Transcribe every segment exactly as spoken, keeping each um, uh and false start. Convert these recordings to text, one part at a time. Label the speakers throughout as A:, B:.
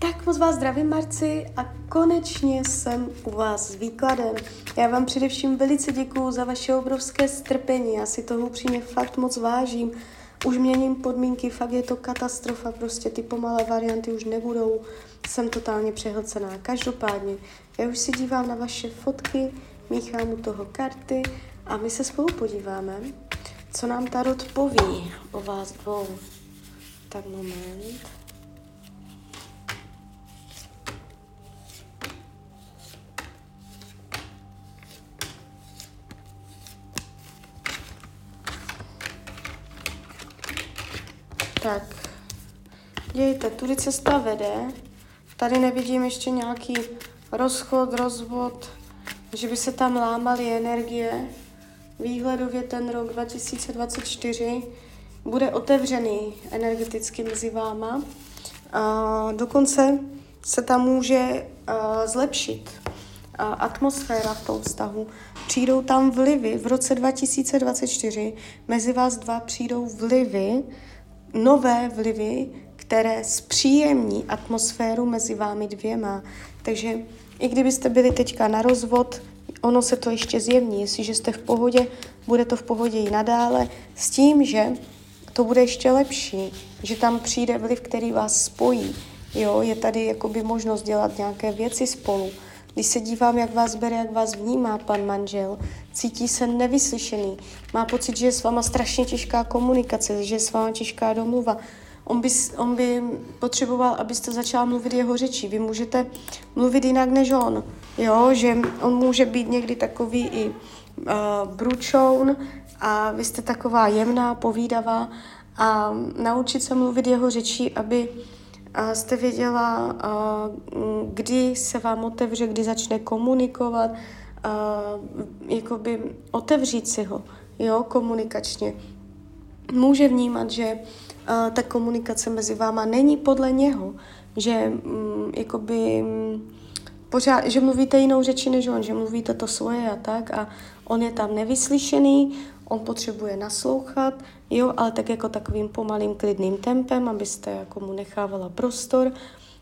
A: Tak moc vás zdravím, Marci, a konečně jsem u vás s výkladem. Já vám především velice děkuju za vaše obrovské strpení, já si toho upřímně fakt moc vážím. Už měním podmínky, fakt je to katastrofa, prostě ty pomalé varianty už nebudou, jsem totálně přehlcená. Každopádně, já už si dívám na vaše fotky, míchám u toho karty a my se spolu podíváme, co nám tarot poví o vás dvou. Tak moment. Tak, dějte, tudy cesta vede, tady nevidím ještě nějaký rozchod, rozvod, že by se tam lámaly energie. Výhledově ten rok dva tisíce dvacet čtyři bude otevřený energeticky mezi váma. A dokonce se tam může a, zlepšit a, atmosféra v tom vztahu. Přijdou tam vlivy, v roce dva tisíce dvacet čtyři mezi vás dva přijdou vlivy, nové vlivy, které zpříjemní atmosféru mezi vámi dvěma. Takže i kdybyste byli teďka na rozvod, ono se to ještě zjemní. Jestliže jste v pohodě, bude to v pohodě i nadále, s tím, že to bude ještě lepší, že tam přijde vliv, který vás spojí. Jo, je tady jakoby možnost dělat nějaké věci spolu. Když se dívám, jak vás bere, jak vás vnímá pan manžel, cítí se nevyslyšený, má pocit, že je s váma strašně těžká komunikace, že je s váma těžká domluva. On by, on by potřeboval, abyste začala mluvit jeho řečí. Vy můžete mluvit jinak než on. Jo, že on může být někdy takový i uh, bručoun a vy jste taková jemná, povídavá a naučit se mluvit jeho řečí, aby uh, jste věděla, uh, kdy se vám otevře, kdy začne komunikovat, uh, jakoby otevřít si ho, jo, komunikačně. Může vnímat, že uh, ta komunikace mezi váma není podle něho, že um, jakoby um, pořád, že mluvíte jinou řeči než on, že mluvíte to svoje a tak a on je tam nevyslyšený, on potřebuje naslouchat, jo, ale tak jako takovým pomalým klidným tempem, abyste jako mu nechávala prostor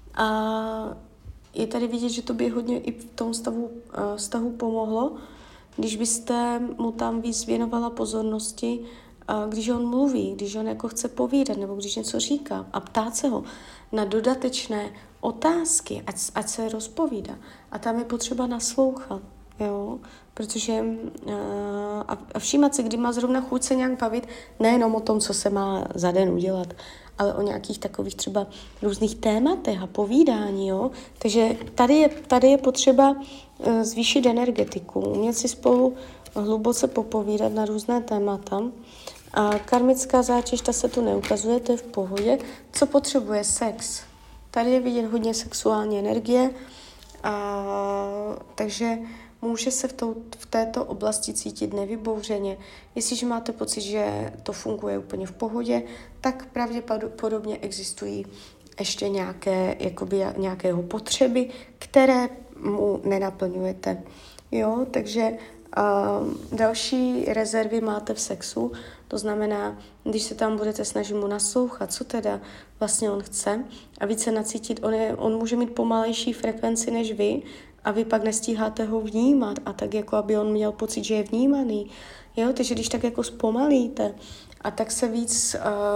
A: a je tady vidět, že to by hodně i v tom stavu, uh, vztahu pomohlo, když byste mu tam víc věnovala pozornosti, když on mluví, když on jako chce povídat nebo když něco říká a ptát se ho na dodatečné otázky, ať, ať se rozpovídá. A tam je potřeba naslouchat, jo, protože uh, a, a všímat si, kdy má zrovna chuť se nějak bavit, nejenom o tom, co se má za den udělat, ale o nějakých takových třeba různých tématech a povídání, jo. Takže tady je, tady je potřeba uh, zvýšit energetiku, umět si spolu hluboce popovídat na různé témata. A karmická zátěž, ta se tu neukazuje, to je v pohodě. Co potřebuje? Sex. Tady je vidět hodně sexuální energie, a, takže může se v, tou, v této oblasti cítit nevybouřeně. Jestliže máte pocit, že to funguje úplně v pohodě, tak pravděpodobně existují ještě nějaké, jakoby, nějakého potřeby, které mu nenaplňujete. Jo, takže Uh, další rezervy máte v sexu, to znamená, když se tam budete snažit mu naslouchat, co teda vlastně on chce a více nacítit, on, je, on může mít pomalejší frekvenci než vy a vy pak nestíháte ho vnímat a tak jako, aby on měl pocit, že je vnímaný. Jo, takže když tak jako zpomalíte a tak se víc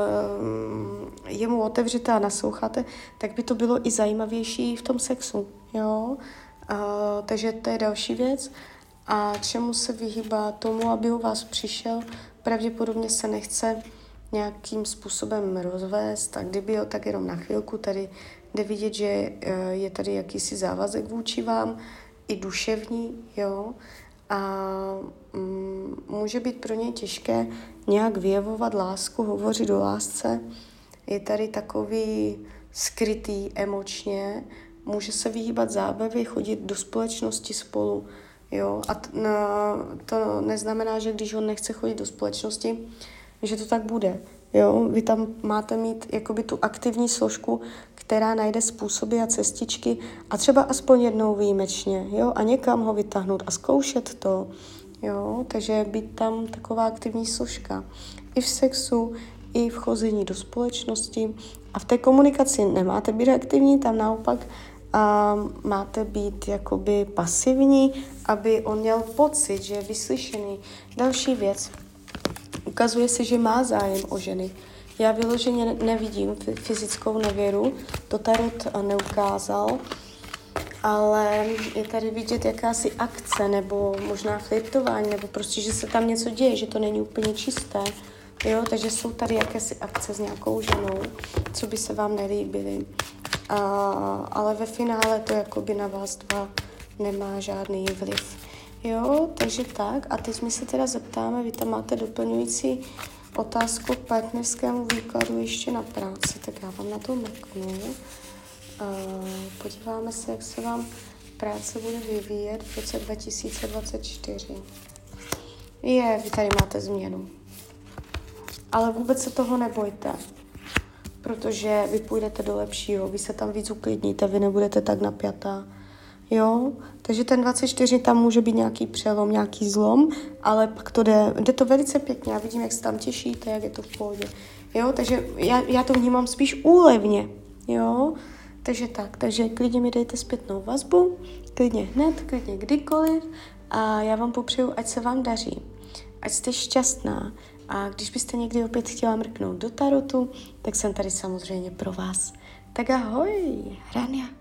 A: uh, jemu otevřete a nasloucháte, tak by to bylo i zajímavější v tom sexu. Jo? Uh, takže to je další věc. A čemu se vyhýbá tomu, aby u vás přišel, pravděpodobně se nechce nějakým způsobem rozvést a kdyby jo, tak jenom na chvilku. Tady jde vidět, že je tady jakýsi závazek vůči vám, i duševní, jo. A mm, může být pro něj těžké nějak vyjevovat lásku, hovořit o lásce. Je tady takový skrytý emočně, může se vyhýbat zábavě, chodit do společnosti spolu. Jo, a t, no, to neznamená, že když on nechce chodit do společnosti, že to tak bude. Jo, vy tam máte mít jakoby tu aktivní složku, která najde způsoby a cestičky a třeba aspoň jednou výjimečně, jo, a někam ho vytáhnout a zkoušet to, jo, takže být tam taková aktivní složka. I v sexu, i v chození do společnosti. A v té komunikaci nemáte být aktivní, tam naopak a máte být jakoby pasivní, aby on měl pocit, že je vyslyšený. Další věc. Ukazuje se, že má zájem o ženy. Já vyloženě nevidím fyzickou nevěru, to tarot neukázal, ale je tady vidět jakási akce, nebo možná flirtování, nebo prostě, že se tam něco děje, že to není úplně čisté. Jo? Takže jsou tady jakési akce s nějakou ženou, co by se vám nelíbily. A, ale ve finále to jakoby na vás dva nemá žádný vliv. Jo, takže tak. A teď my se teda zeptáme, vy tam máte doplňující otázku k partnerskému výkladu ještě na práci, tak já vám na to mrknu. Uh, podíváme se, jak se vám práce bude vyvíjet v roce dva tisíce dvacet čtyři. Je, vy tady máte změnu. Ale vůbec se toho nebojte, protože vy půjdete do lepšího, vy se tam víc uklidníte, vy nebudete tak napjatá. Jo, takže ten dvacet čtyři tam může být nějaký přelom, nějaký zlom, ale pak to jde, jde to velice pěkně. Já vidím, jak se tam těšíte, jak je to v pohodě. Jo, takže já, já to vnímám spíš úlevně. Jo, takže tak, takže klidně mi dejte zpětnou vazbu, klidně hned, klidně kdykoliv a já vám popřeju, ať se vám daří, ať jste šťastná a když byste někdy opět chtěla mrknout do tarotu, tak jsem tady samozřejmě pro vás. Tak ahoj, Rania.